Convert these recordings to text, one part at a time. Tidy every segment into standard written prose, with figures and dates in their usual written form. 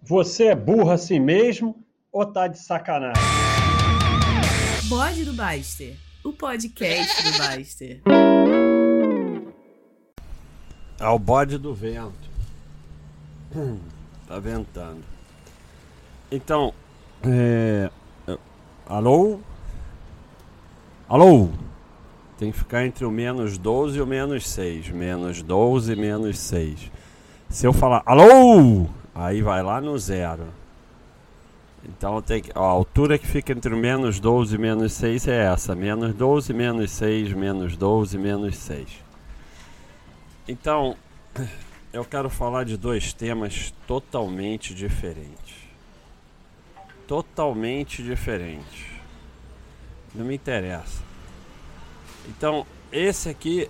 Você é burro assim mesmo ou tá de sacanagem? Bode do Baster, o podcast do Baster. É o bode do vento. Tá ventando. Então, alô? Alô? Tem que ficar entre o menos 12 e o menos 6. Menos 12 e menos 6. Se eu falar alô, aí vai lá no zero. Então tem que, a altura que fica entre o menos 12 e menos 6 é essa. Menos 12, menos 6, menos 12, menos 6. Então, eu quero falar de dois temas totalmente diferentes. Totalmente diferentes. Não me interessa. Então, esse aqui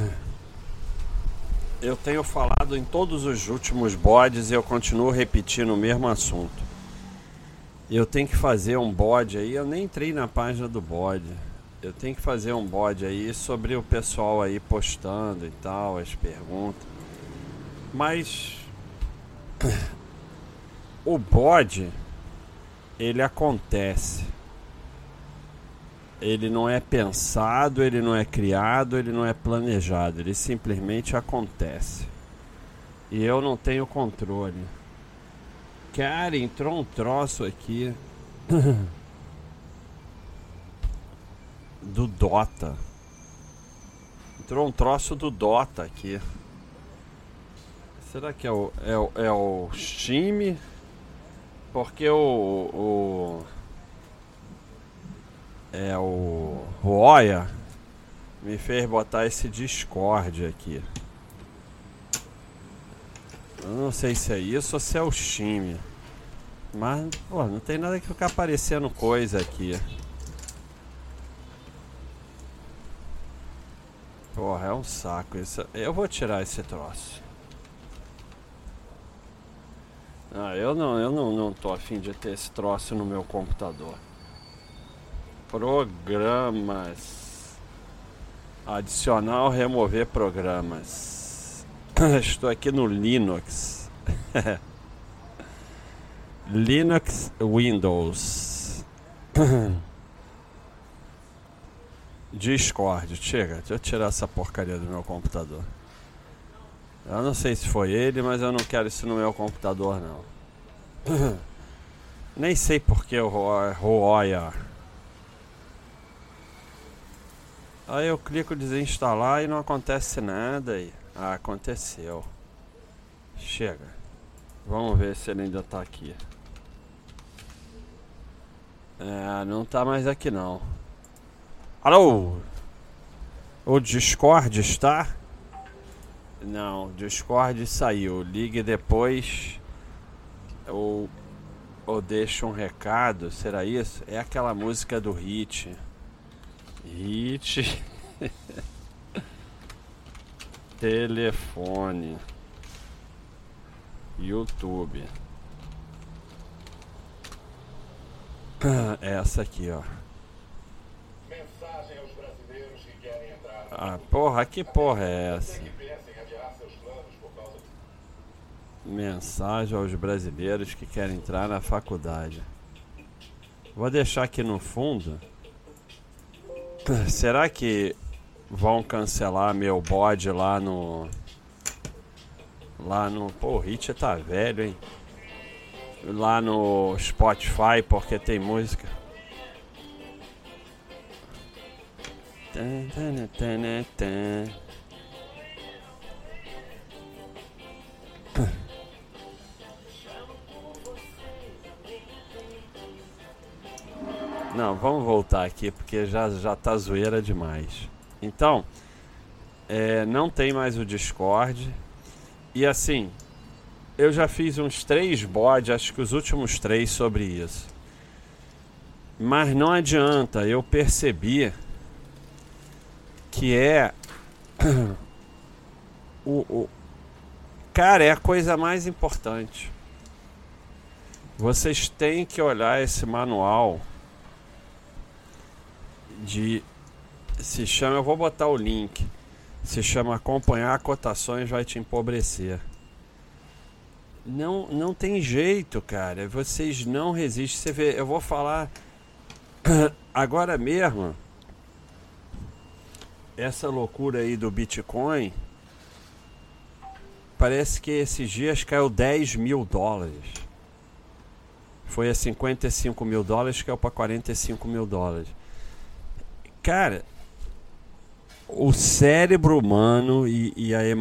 eu tenho falado em todos os últimos bodes e eu continuo repetindo o mesmo assunto. Eu tenho que fazer um bode aí, eu nem entrei na página do bode. Eu tenho que fazer um bode aí sobre o pessoal aí postando e tal, as perguntas. Mas o bode, ele acontece. Ele não é pensado, ele não é criado, ele não é planejado. Ele simplesmente acontece. E eu não tenho controle. Cara, entrou um troço aqui do Dota. Entrou um troço do Dota aqui. Será que é o Steam? Porque o Oya me fez botar esse Discord aqui. Eu não sei se é isso ou se é o Steam. Mas, pô, não tem nada que ficar aparecendo coisa aqui. Porra, é um saco isso. Eu vou tirar esse troço. Eu não tô afim de ter esse troço no meu computador. Programas. Adicionar ou remover programas. Estou aqui no Linux. Linux Windows. Discord. Chega, deixa eu tirar essa porcaria do meu computador. Eu não sei se foi ele, mas eu não quero isso no meu computador não. Nem sei porque o Roya. Aí eu clico desinstalar e não acontece nada aí. Ah, aconteceu. Chega. Vamos ver se ele ainda tá aqui. Não tá mais aqui não. Alô? O Discord está? Não, o Discord saiu. Ligue depois. Ou deixa um recado. Será isso? É aquela música do Hit. Hit. Telefone. YouTube. Essa aqui, ó. Mensagem aos brasileiros que querem entrar. Ah, porra, que porra é essa? Mensagem aos brasileiros que querem entrar na faculdade. Vou deixar aqui no fundo. Será que vão cancelar meu bode lá no... Pô, o Hit tá velho, hein? Lá no Spotify, porque tem música. Não, vamos voltar aqui porque já tá zoeira demais. Então, não tem mais o Discord. E assim, eu já fiz uns 3 bodes, acho que os últimos 3 sobre isso. Mas não adianta, eu percebi que cara, é a coisa mais importante. Vocês têm que olhar esse manual se chama, eu vou botar o link. Se chama Acompanhar Cotações Vai Te Empobrecer. Não tem jeito, cara. Vocês não resistem. Você vê, eu vou falar agora mesmo. Essa loucura aí do Bitcoin. Parece que esses dias caiu $10 mil. Foi a $55 mil, caiu para $45 mil. Cara, o cérebro humano e a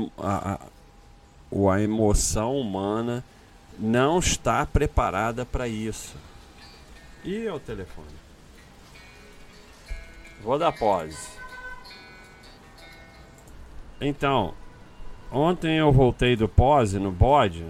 emoção humana não está preparada para isso. E o telefone? Vou dar pause. Então, ontem eu voltei do pause no bode.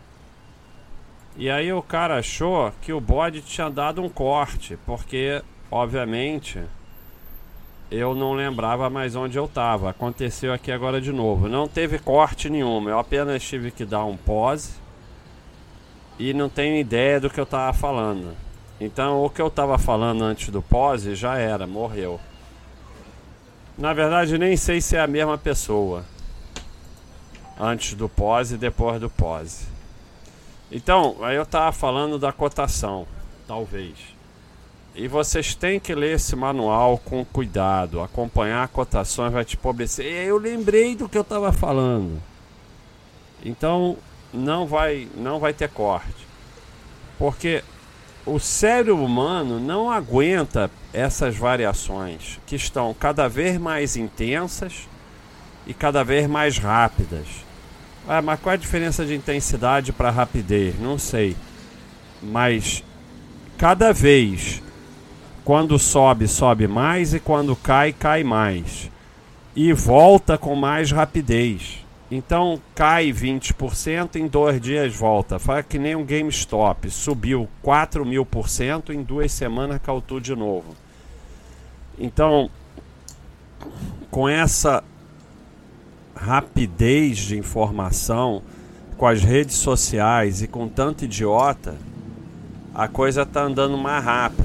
E aí o cara achou que o bode tinha dado um corte. Porque, obviamente, eu não lembrava mais onde eu estava. Aconteceu aqui agora de novo. Não teve corte nenhum. Eu apenas tive que dar um pause. E não tenho ideia do que eu estava falando. Então o que eu estava falando antes do pause já era, morreu. Na verdade nem sei se é a mesma pessoa. Antes do pause e depois do pause. Então, aí eu estava falando da cotação. Talvez. E vocês têm que ler esse manual com cuidado. Acompanhar cotações vai te empobrecer. E aí eu lembrei do que eu estava falando. Então não vai ter corte. Porque o cérebro humano não aguenta essas variações que estão cada vez mais intensas e cada vez mais rápidas. Mas qual é a diferença de intensidade para rapidez? Não sei. Mas cada vez, quando sobe, sobe mais, e quando cai, cai mais. E volta com mais rapidez. Então cai 20%, em 2 dias volta. Faz que nem um GameStop. Subiu 4.000%, em 2 semanas caiu tudo de novo. Então, com essa rapidez de informação, com as redes sociais e com tanto idiota, a coisa está andando mais rápido.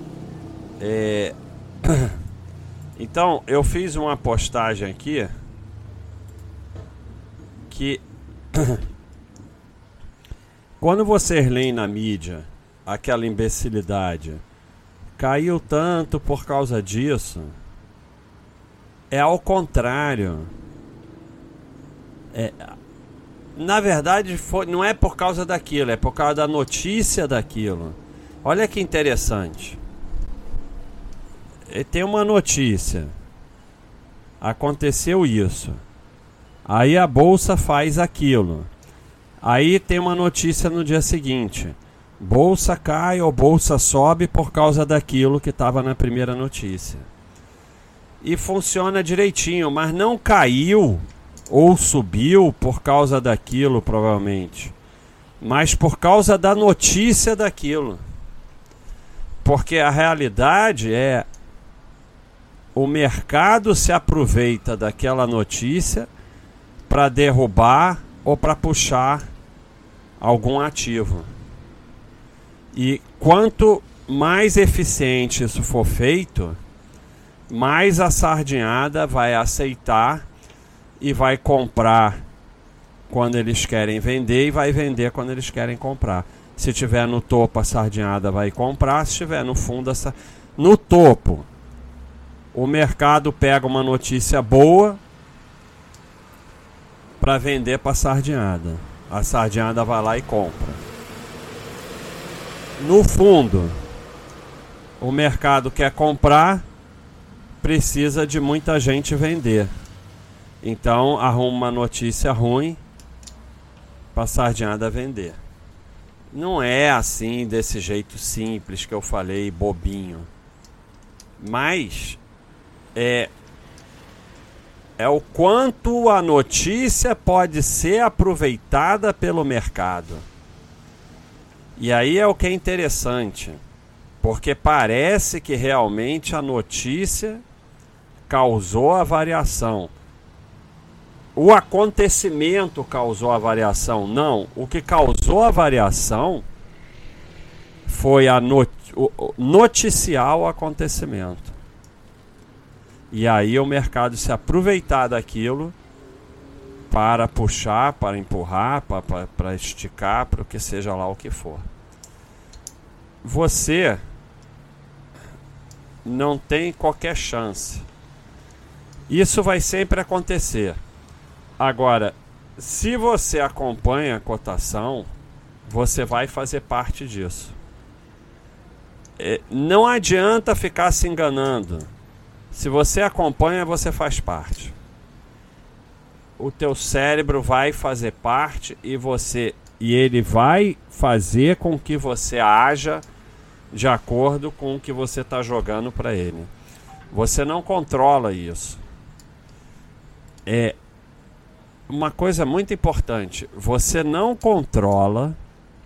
Então, eu fiz uma postagem aqui que quando vocês leem na mídia aquela imbecilidade, caiu tanto por causa disso, é ao contrário. Na verdade, não é por causa daquilo, é por causa da notícia daquilo. Olha que interessante. Tem uma notícia. Aconteceu isso. Aí a bolsa faz aquilo. Aí tem uma notícia no dia seguinte. Bolsa cai ou bolsa sobe por causa daquilo que estava na primeira notícia. E funciona direitinho, mas não caiu ou subiu por causa daquilo, provavelmente. Mas por causa da notícia daquilo. Porque a realidade é: o mercado se aproveita daquela notícia para derrubar ou para puxar algum ativo. E quanto mais eficiente isso for feito, mais a sardinhada vai aceitar e vai comprar quando eles querem vender e vai vender quando eles querem comprar. Se tiver no topo, a sardinhada vai comprar. Se estiver no fundo, no topo, o mercado pega uma notícia boa para vender para a sardinhada. A sardinhada vai lá e compra. No fundo, o mercado quer comprar, precisa de muita gente vender. Então arruma uma notícia ruim para a sardinhada vender. Não é assim, desse jeito simples que eu falei, bobinho. Mas é o quanto a notícia pode ser aproveitada pelo mercado. E aí é o que é interessante, porque parece que realmente a notícia causou a variação. O acontecimento causou a variação. Não, o que causou a variação foi noticiar o acontecimento. E aí o mercado se aproveitar daquilo para puxar, para empurrar, para esticar, para o que seja lá o que for. Você não tem qualquer chance. Isso vai sempre acontecer. Agora, se você acompanha a cotação, você vai fazer parte disso. Não adianta ficar se enganando. Se você acompanha, você faz parte. O teu cérebro vai fazer parte e ele vai fazer com que você haja de acordo com o que você está jogando para ele. Você não controla isso. É uma coisa muito importante. Você não controla.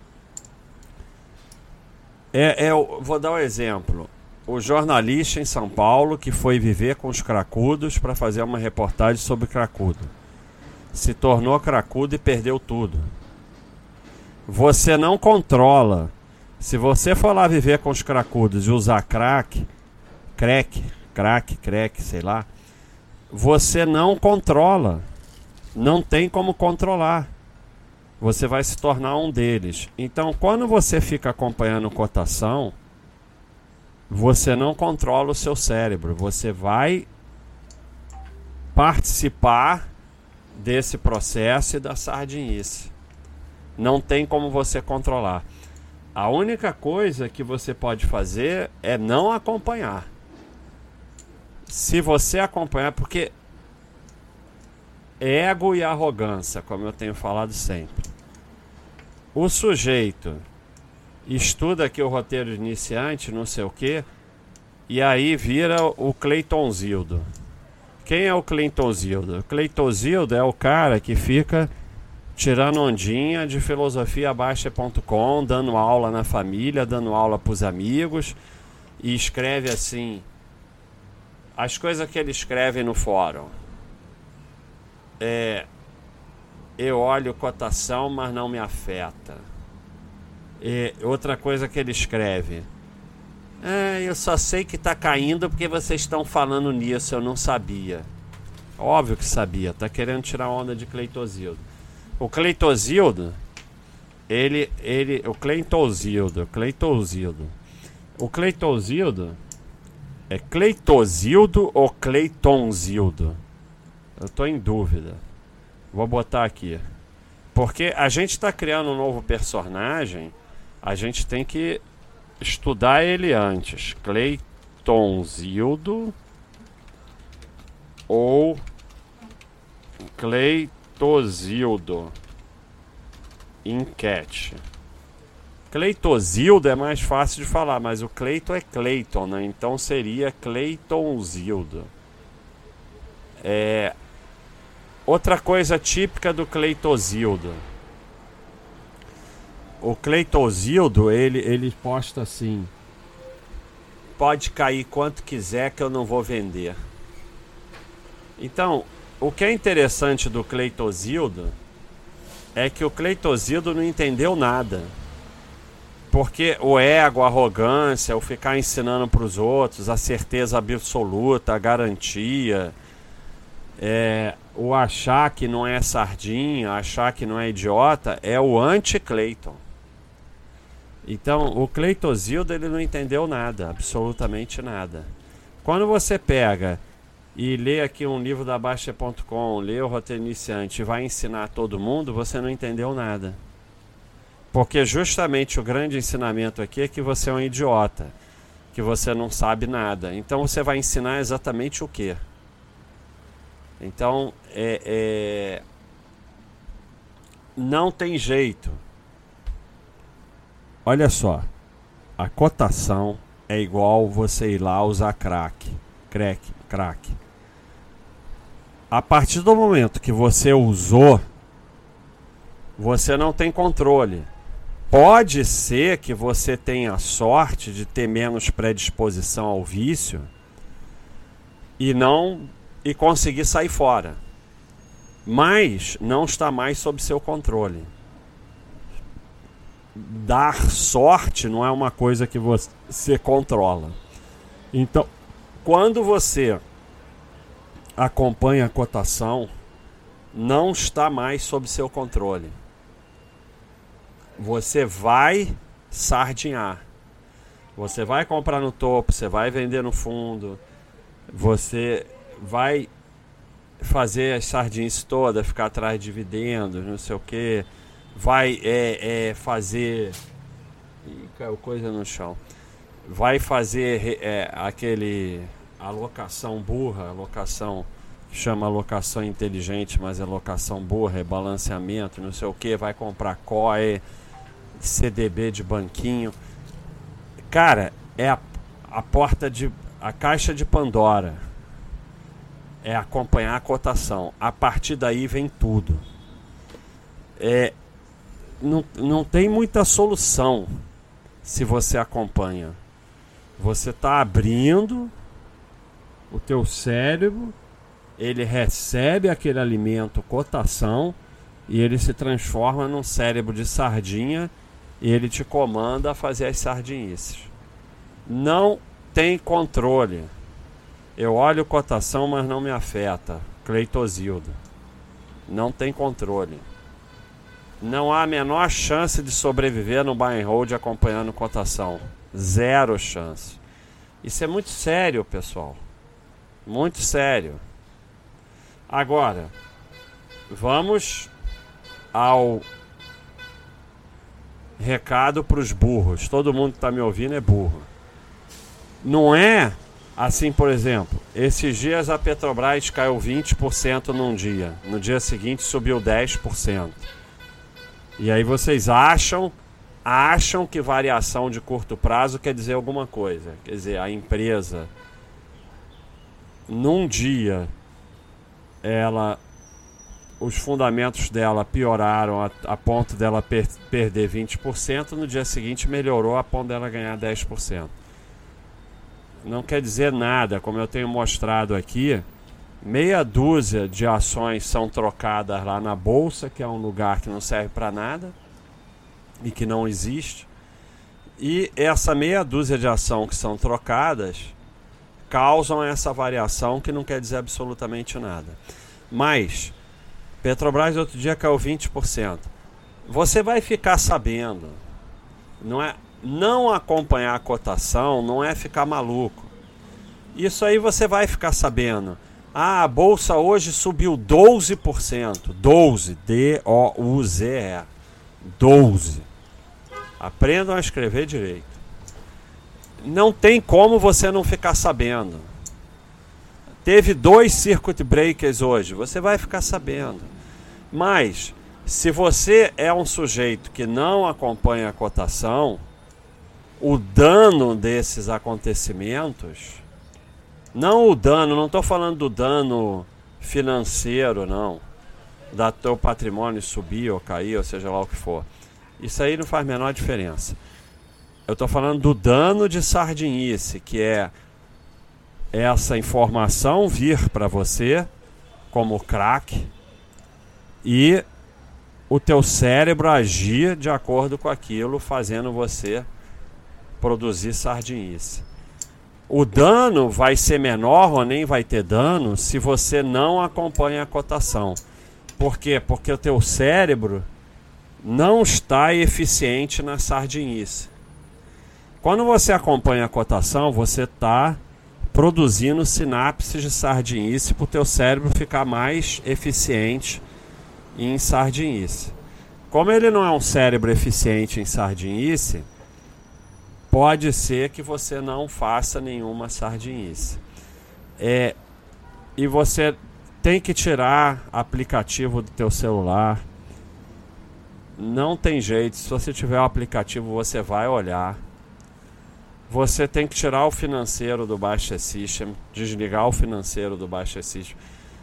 Vou dar um exemplo. O jornalista em São Paulo que foi viver com os cracudos para fazer uma reportagem sobre cracudo. Se tornou cracudo e perdeu tudo. Você não controla. Se você for lá viver com os cracudos e usar crack, sei lá, você não controla. Não tem como controlar. Você vai se tornar um deles. Então, quando você fica acompanhando cotação, você não controla o seu cérebro. Você vai participar desse processo e da sardinice. Não tem como você controlar. A única coisa que você pode fazer é não acompanhar. Se você acompanhar, porque ego e arrogância, como eu tenho falado sempre. O sujeito estuda aqui o roteiro de iniciante, não sei o que, e aí vira o Cleitonzildo. Quem é o Cleitonzildo? O Cleitonzildo é o cara que fica tirando ondinha de filosofiabaixa.com, dando aula na família, dando aula pros amigos, e escreve assim, as coisas que ele escreve no fórum. Eu olho cotação, mas não me afeta. Outra coisa que ele escreve, eu só sei que tá caindo porque vocês estão falando nisso, eu não sabia. Óbvio que sabia, tá querendo tirar onda de Cleitozildo. O Cleitozildo, o Cleitozildo é Cleitozildo ou Cleitonzildo? Eu tô em dúvida. Vou botar aqui. Porque a gente está criando um novo personagem, a gente tem que estudar ele antes. Cleitonzildo ou Cleitozildo. Enquete. Cleitozildo é mais fácil de falar, mas o Cleiton é Cleiton, né? Então seria Cleitonzildo. Outra coisa típica do Cleitozildo. O Cleitozildo, ele posta assim: pode cair quanto quiser que eu não vou vender. Então, o que é interessante do Cleitozildo é que o Cleitozildo não entendeu nada. Porque o ego, a arrogância, o ficar ensinando para os outros, a certeza absoluta, a garantia, o achar que não é sardinha, achar que não é idiota, é o anti-Cleiton. Então, o Cleitozildo, ele não entendeu nada, absolutamente nada. Quando você pega e lê aqui um livro da Baixa.com, lê o roteiro iniciante e vai ensinar a todo mundo, você não entendeu nada. Porque justamente o grande ensinamento aqui é que você é um idiota, que você não sabe nada. Então você vai ensinar exatamente o quê? Então, não tem jeito. Olha só, a cotação é igual você ir lá usar crack. A partir do momento que você usou, você não tem controle. Pode ser que você tenha sorte de ter menos predisposição ao vício e conseguir sair fora. Mas não está mais sob seu controle. Dar sorte não é uma coisa que você controla. Então, quando você acompanha a cotação, não está mais sob seu controle. Você vai sardinhar. Você vai comprar no topo, você vai vender no fundo, você vai fazer as sardinhas todas, ficar atrás de dividendos, não sei o que, vai fazer... Ih, caiu coisa no chão. Vai fazer aquele alocação burra, alocação, chama alocação inteligente, mas é alocação burra, é balanceamento, não sei o que, vai comprar COE, CDB de banquinho. Cara, é a caixa de Pandora. É acompanhar a cotação. A partir daí vem tudo. Não tem muita solução se você acompanha. Você está abrindo o teu cérebro, ele recebe aquele alimento, cotação, e ele se transforma num cérebro de sardinha e ele te comanda a fazer as sardinices. Não tem controle. Eu olho cotação, mas não me afeta. Cleitosildo. Não tem controle. Não há a menor chance de sobreviver no buy and hold acompanhando cotação. Zero chance. Isso é muito sério, pessoal. Muito sério. Agora, vamos ao recado para os burros. Todo mundo que está me ouvindo é burro. Não é assim, por exemplo, esses dias a Petrobras caiu 20% num dia. No dia seguinte subiu 10%. E aí vocês acham que variação de curto prazo quer dizer alguma coisa. Quer dizer, a empresa, num dia, os fundamentos dela pioraram a ponto dela perder 20%, no dia seguinte melhorou a ponto dela ganhar 10%. Não quer dizer nada, como eu tenho mostrado aqui. Meia dúzia de ações são trocadas lá na bolsa, que é um lugar que não serve para nada e que não existe. E essa meia dúzia de ações que são trocadas causam essa variação que não quer dizer absolutamente nada. Mas Petrobras outro dia caiu 20%. Você vai ficar sabendo. Não acompanhar a cotação não é ficar maluco. Isso aí você vai ficar sabendo. A bolsa hoje subiu 12%. 12. D-O-U-Z-E. 12. Aprendam a escrever direito. Não tem como você não ficar sabendo. Teve 2 circuit breakers hoje. Você vai ficar sabendo. Mas, se você é um sujeito que não acompanha a cotação, o dano desses acontecimentos... Não estou falando do dano financeiro, não. Da teu patrimônio subir ou cair, ou seja lá o que for. Isso aí não faz a menor diferença. Eu estou falando do dano de sardinice, que é essa informação vir para você como crack e o teu cérebro agir de acordo com aquilo, fazendo você produzir sardinice. O dano vai ser menor ou nem vai ter dano se você não acompanha a cotação. Por quê? Porque o teu cérebro não está eficiente na sardinice. Quando você acompanha a cotação, você está produzindo sinapses de sardinice para o teu cérebro ficar mais eficiente em sardinice. Como ele não é um cérebro eficiente em sardinice, pode ser que você não faça nenhuma sardinice. E você tem que tirar aplicativo do teu celular. Não tem jeito. Se você tiver o aplicativo, você vai olhar. Você tem que tirar o financeiro do Baixa System, desligar o financeiro do Baixa System.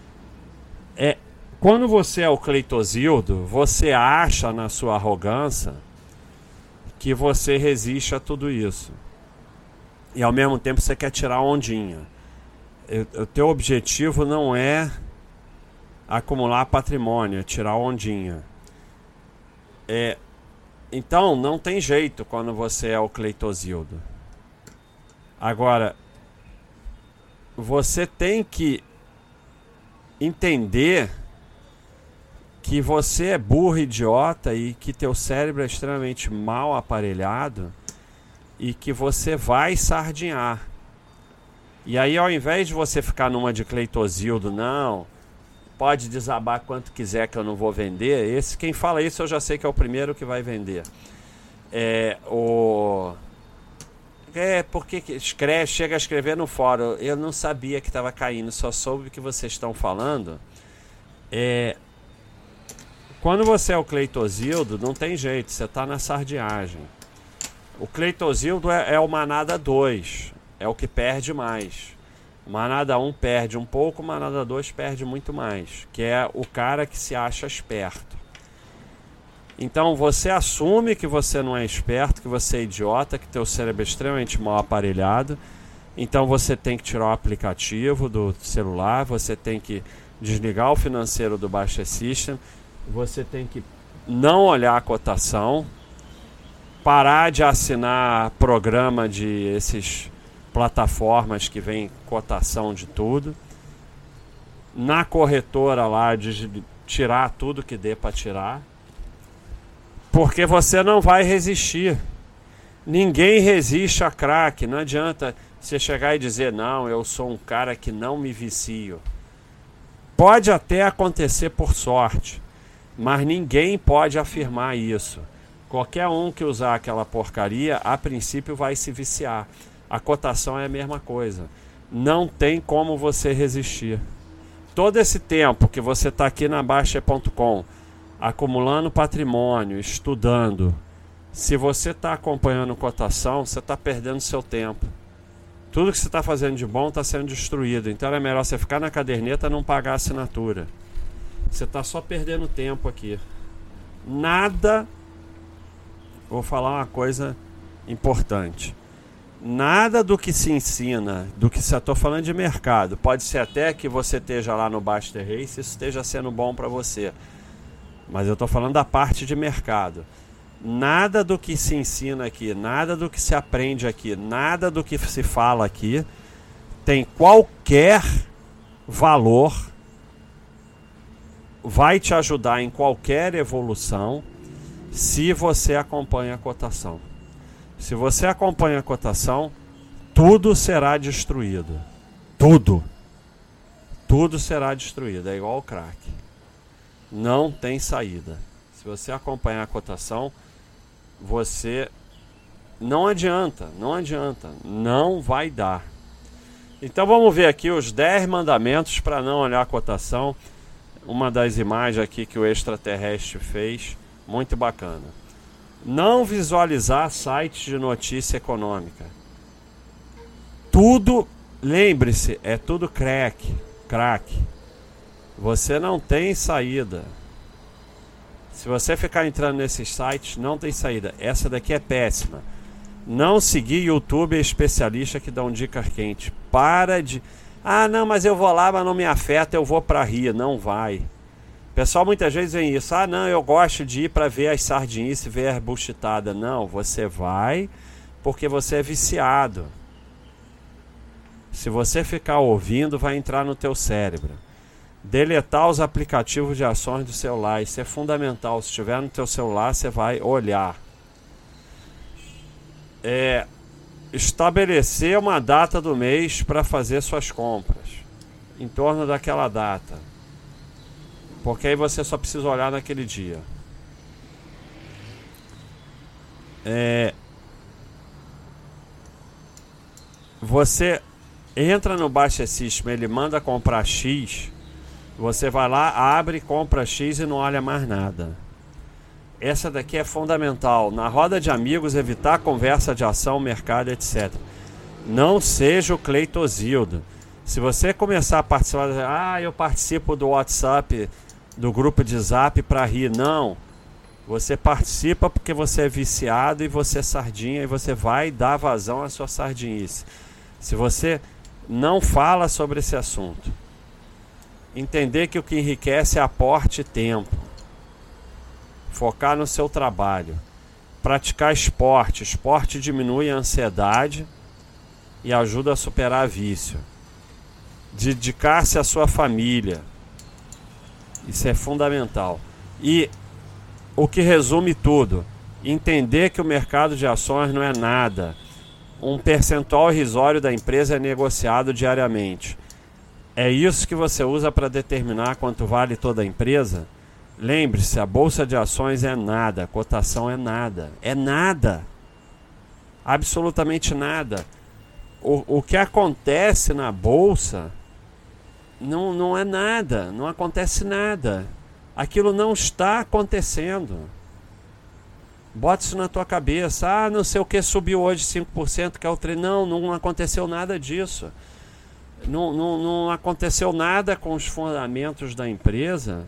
Quando você é o Cleitosildo, você acha na sua arrogância que você resiste a tudo isso. E ao mesmo tempo você quer tirar a ondinha. O teu objetivo não é acumular patrimônio, é tirar a ondinha. Então não tem jeito quando você é o Cleitosildo. Agora, você tem que entender que você é burro, idiota e que teu cérebro é extremamente mal aparelhado e que você vai sardinhar. E aí, ao invés de você ficar numa de Cleitosildo, não, pode desabar quanto quiser que eu não vou vender, quem fala isso eu já sei que é o primeiro que vai vender. Porque chega a escrever no fórum, eu não sabia que estava caindo, só soube o que vocês estão falando. Quando você é o Cleitosildo, não tem jeito, você está na sardinhagem. O Cleitosildo é o manada 2, é o que perde mais. O manada 1 perde um pouco, o manada 2 perde muito mais, que é o cara que se acha esperto. Então você assume que você não é esperto, que você é idiota, que teu cérebro é extremamente mal aparelhado. Então você tem que tirar o aplicativo do celular, você tem que desligar o financeiro do Baixa System, você tem que não olhar a cotação, parar de assinar programa de esses plataformas que vem cotação de tudo, na corretora lá de tirar tudo que dê para tirar, porque você não vai resistir. Ninguém resiste a crack. Não adianta você chegar e dizer, não, eu sou um cara que não me vicio. Pode até acontecer por sorte, mas ninguém pode afirmar isso. Qualquer um que usar aquela porcaria, a princípio vai se viciar. A cotação é a mesma coisa. Não tem como você resistir. Todo esse tempo que você está aqui na Baixa.com, acumulando patrimônio, estudando, se você está acompanhando cotação, você está perdendo seu tempo. Tudo que você está fazendo de bom está sendo destruído. Então é melhor você ficar na caderneta e não pagar a assinatura. Você está só perdendo tempo aqui. Nada. Vou falar uma coisa importante. Nada do que se ensina, do que eu estou falando de mercado, pode ser até que você esteja lá no Baster Race, isso esteja sendo bom para você. Mas eu estou falando da parte de mercado. Nada do que se ensina aqui, nada do que se aprende aqui, nada do que se fala aqui tem qualquer valor, vai te ajudar em qualquer evolução se você acompanha a cotação. Se você acompanha a cotação, tudo será destruído. Tudo. Tudo será destruído. É igual o crack. Não tem saída. Se você acompanhar a cotação, você... Não adianta. Não vai dar. Então vamos ver aqui os 10 mandamentos para não olhar a cotação. Uma das imagens aqui que o extraterrestre fez. Muito bacana. Não visualizar sites de notícia econômica. Tudo, lembre-se, é tudo crack. Você não tem saída. Se você ficar entrando nesses sites, não tem saída. Essa daqui é péssima. Não seguir YouTube especialista que dão dicas quentes. Para de... Ah, não, mas eu vou lá, mas não me afeta, eu vou para rir. Não vai. O pessoal muitas vezes vem isso. Ah, não, eu gosto de ir para ver as sardinices, ver as buchitadas. Não, você vai porque você é viciado. Se você ficar ouvindo, vai entrar no teu cérebro. Deletar os aplicativos de ações do celular. Isso é fundamental. Se estiver no teu celular, você vai olhar. Estabelecer uma data do mês para fazer suas compras. Em torno daquela data. Porque aí você só precisa olhar naquele dia. Você entra no Baixa System, ele manda comprar X, você vai lá, abre, compra X e não olha mais nada. Essa daqui é fundamental. Na roda de amigos, evitar conversa de ação, mercado, etc. Não seja o Cleitosildo. Se você começar a participar, eu participo do WhatsApp, do grupo de Zap para rir. Não. Você participa porque você é viciado e você é sardinha e você vai dar vazão à sua sardinice. Se você não fala sobre esse assunto, entender que o que enriquece é aporte e tempo, focar no seu trabalho, praticar esporte. Esporte diminui a ansiedade e ajuda a superar vício. Dedicar-se à sua família. Isso é fundamental. E o que resume tudo, entender que o mercado de ações não é nada. Um percentual irrisório da empresa é negociado diariamente. É isso que você usa para determinar quanto vale toda a empresa? Lembre-se, a bolsa de ações é nada, a cotação é nada. É nada. Absolutamente nada. O que acontece na bolsa não é nada, não acontece nada. Aquilo não está acontecendo. Bota isso na tua cabeça. Ah, não sei o que subiu hoje 5%, que é o treino. Não aconteceu nada disso. Não aconteceu nada com os fundamentos da empresa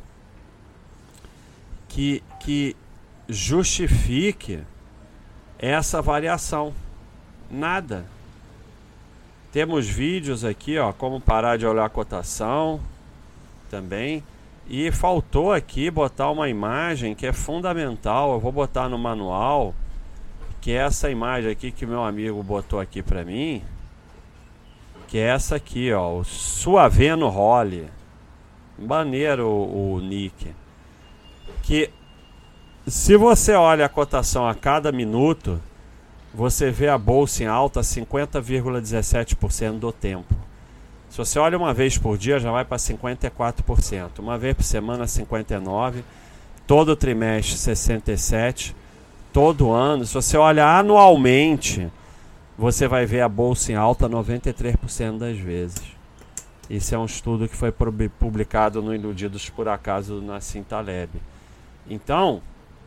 que justifique essa variação. Nada. Temos vídeos aqui, ó, como parar de olhar a cotação também. E faltou aqui botar uma imagem que é fundamental. Eu vou botar no manual, que é essa imagem aqui que meu amigo botou aqui pra mim, que é essa aqui, ó, o Suaveno Holly. Maneiro o nick. Que se você olha a cotação a cada minuto, você vê a bolsa em alta 50,17% do tempo. Se você olha uma vez por dia, já vai para 54%. Uma vez por semana, 59%. Todo trimestre, 67%. Todo ano. Se você olha anualmente, você vai ver a bolsa em alta 93% das vezes. Esse é um estudo que foi publicado no Iludidos por Acaso do Nassim Taleb. Então,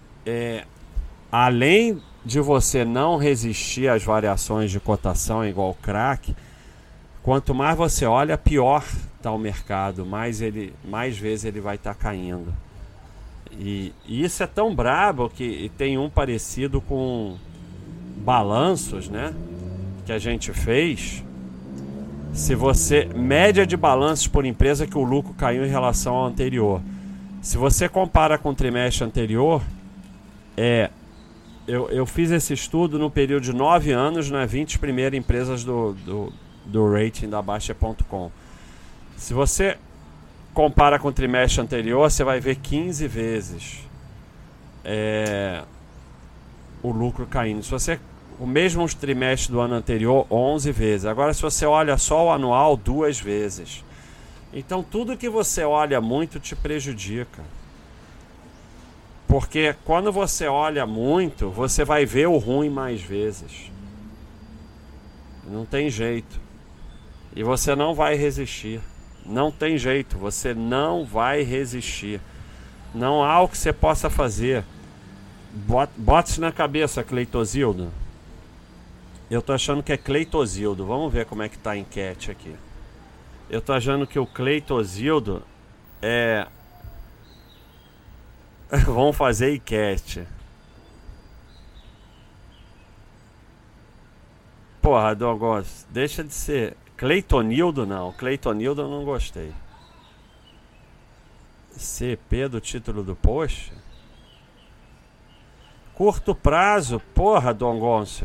além de você não resistir às variações de cotação igual crack, quanto mais você olha, pior está o mercado, mais vezes ele vai estar caindo. E isso é tão brabo que tem um parecido com balanços, né? Que a gente fez. Se você média de balanços por empresa que o lucro caiu em relação ao anterior. Se você compara com o trimestre anterior, eu fiz esse estudo no período de 9 anos nas 20 primeiras empresas do rating da Baixa.com. Se você compara com o trimestre anterior, você vai ver 15 vezes o lucro caindo. Se você o mesmo trimestre do ano anterior, 11 vezes. Agora, se você olha só o anual, 2 vezes. Então, tudo que você olha muito te prejudica. Porque quando você olha muito, você vai ver o ruim mais vezes. Não tem jeito. E você não vai resistir. Não tem jeito. Você não vai resistir. Não há o que você possa fazer. Bota isso na cabeça, Cleitosildo. Eu tô achando que é Cleitosildo. Vamos ver como é que tá a enquete aqui. Eu tô achando que o Cleitosildo é... Vamos fazer enquete. Porra, Dogos, deixa de ser... Cleitonildo não. Cleitonildo eu não gostei. CP do título do post? Curto prazo? Porra, Dom Gonçalo.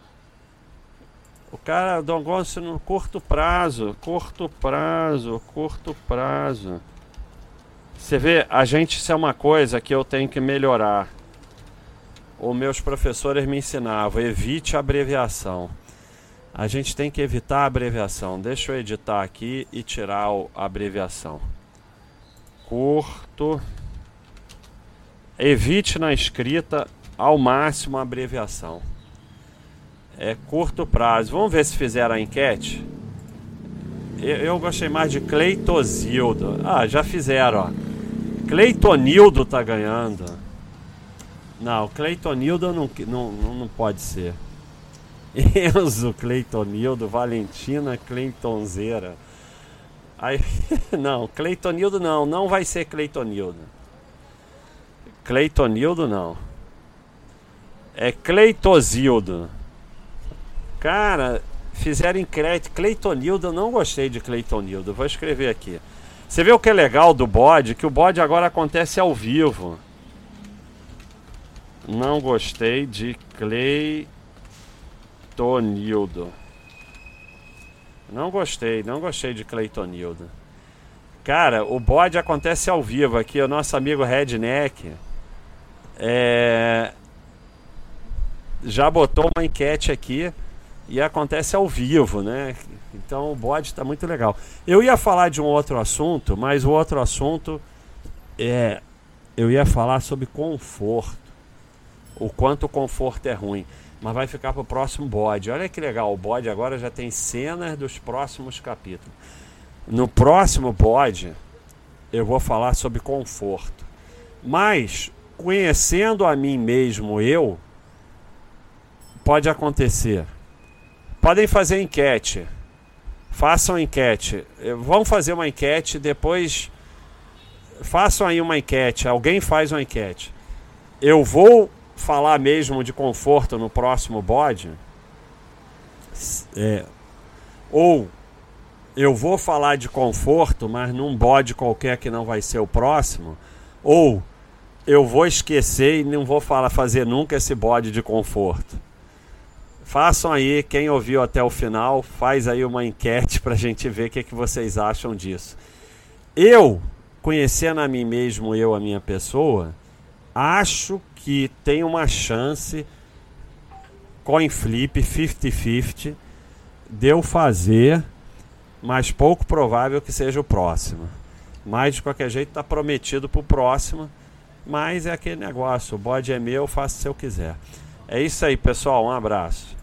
O cara, Dom Gonçalo, no curto prazo. Curto prazo. Você vê, a gente, isso é uma coisa que eu tenho que melhorar. Os meus professores me ensinavam, evite a abreviação. A gente tem que evitar a abreviação. Deixa eu editar aqui e tirar a abreviação. Curto. Evite na escrita ao máximo a abreviação. É curto prazo. Vamos ver se fizeram a enquete. Eu gostei mais de Cleitosildo. Ah, já fizeram, ó. Cleitonildo tá ganhando. Não, Cleitonildo não pode ser. Enzo Cleitonildo, Valentina Cleitonzeira. Aí, não, Cleitonildo não vai ser Cleitonildo. Cleitonildo não. É Cleitosildo. Cara, fizeram enquete. Cleitonildo, eu não gostei de Cleitonildo. Vou escrever aqui. Você vê o que é legal do bode? Que o bode agora acontece ao vivo. Não gostei de Cleitonildo. Não gostei de Cleitonildo. Cara, o bode acontece ao vivo aqui. O nosso amigo Redneck já botou uma enquete aqui e acontece ao vivo, né? Então o bode está muito legal. Eu ia falar de um outro assunto, mas o outro assunto eu ia falar sobre conforto. O quanto o conforto é ruim. Mas vai ficar para o próximo bode. Olha que legal, o bode agora já tem cenas dos próximos capítulos. No próximo bode, eu vou falar sobre conforto. Mas, conhecendo a mim mesmo, pode acontecer. Podem fazer enquete. Façam enquete. Vamos fazer uma enquete, depois façam aí uma enquete. Alguém faz uma enquete. Eu vou falar mesmo de conforto no próximo bode? Ou eu vou falar de conforto, mas num bode qualquer que não vai ser o próximo? Ou eu vou esquecer e não vou fazer nunca esse bode de conforto? Façam aí, quem ouviu até o final, faz aí uma enquete pra gente ver o que vocês acham disso. Eu, conhecendo a mim mesmo, a minha pessoa, acho que tem uma chance, coin flip, 50-50, de eu fazer, mas pouco provável que seja o próximo. Mas de qualquer jeito está prometido para o próximo. Mas é aquele negócio, o bode é meu, eu faço se eu quiser. É isso aí, pessoal, um abraço.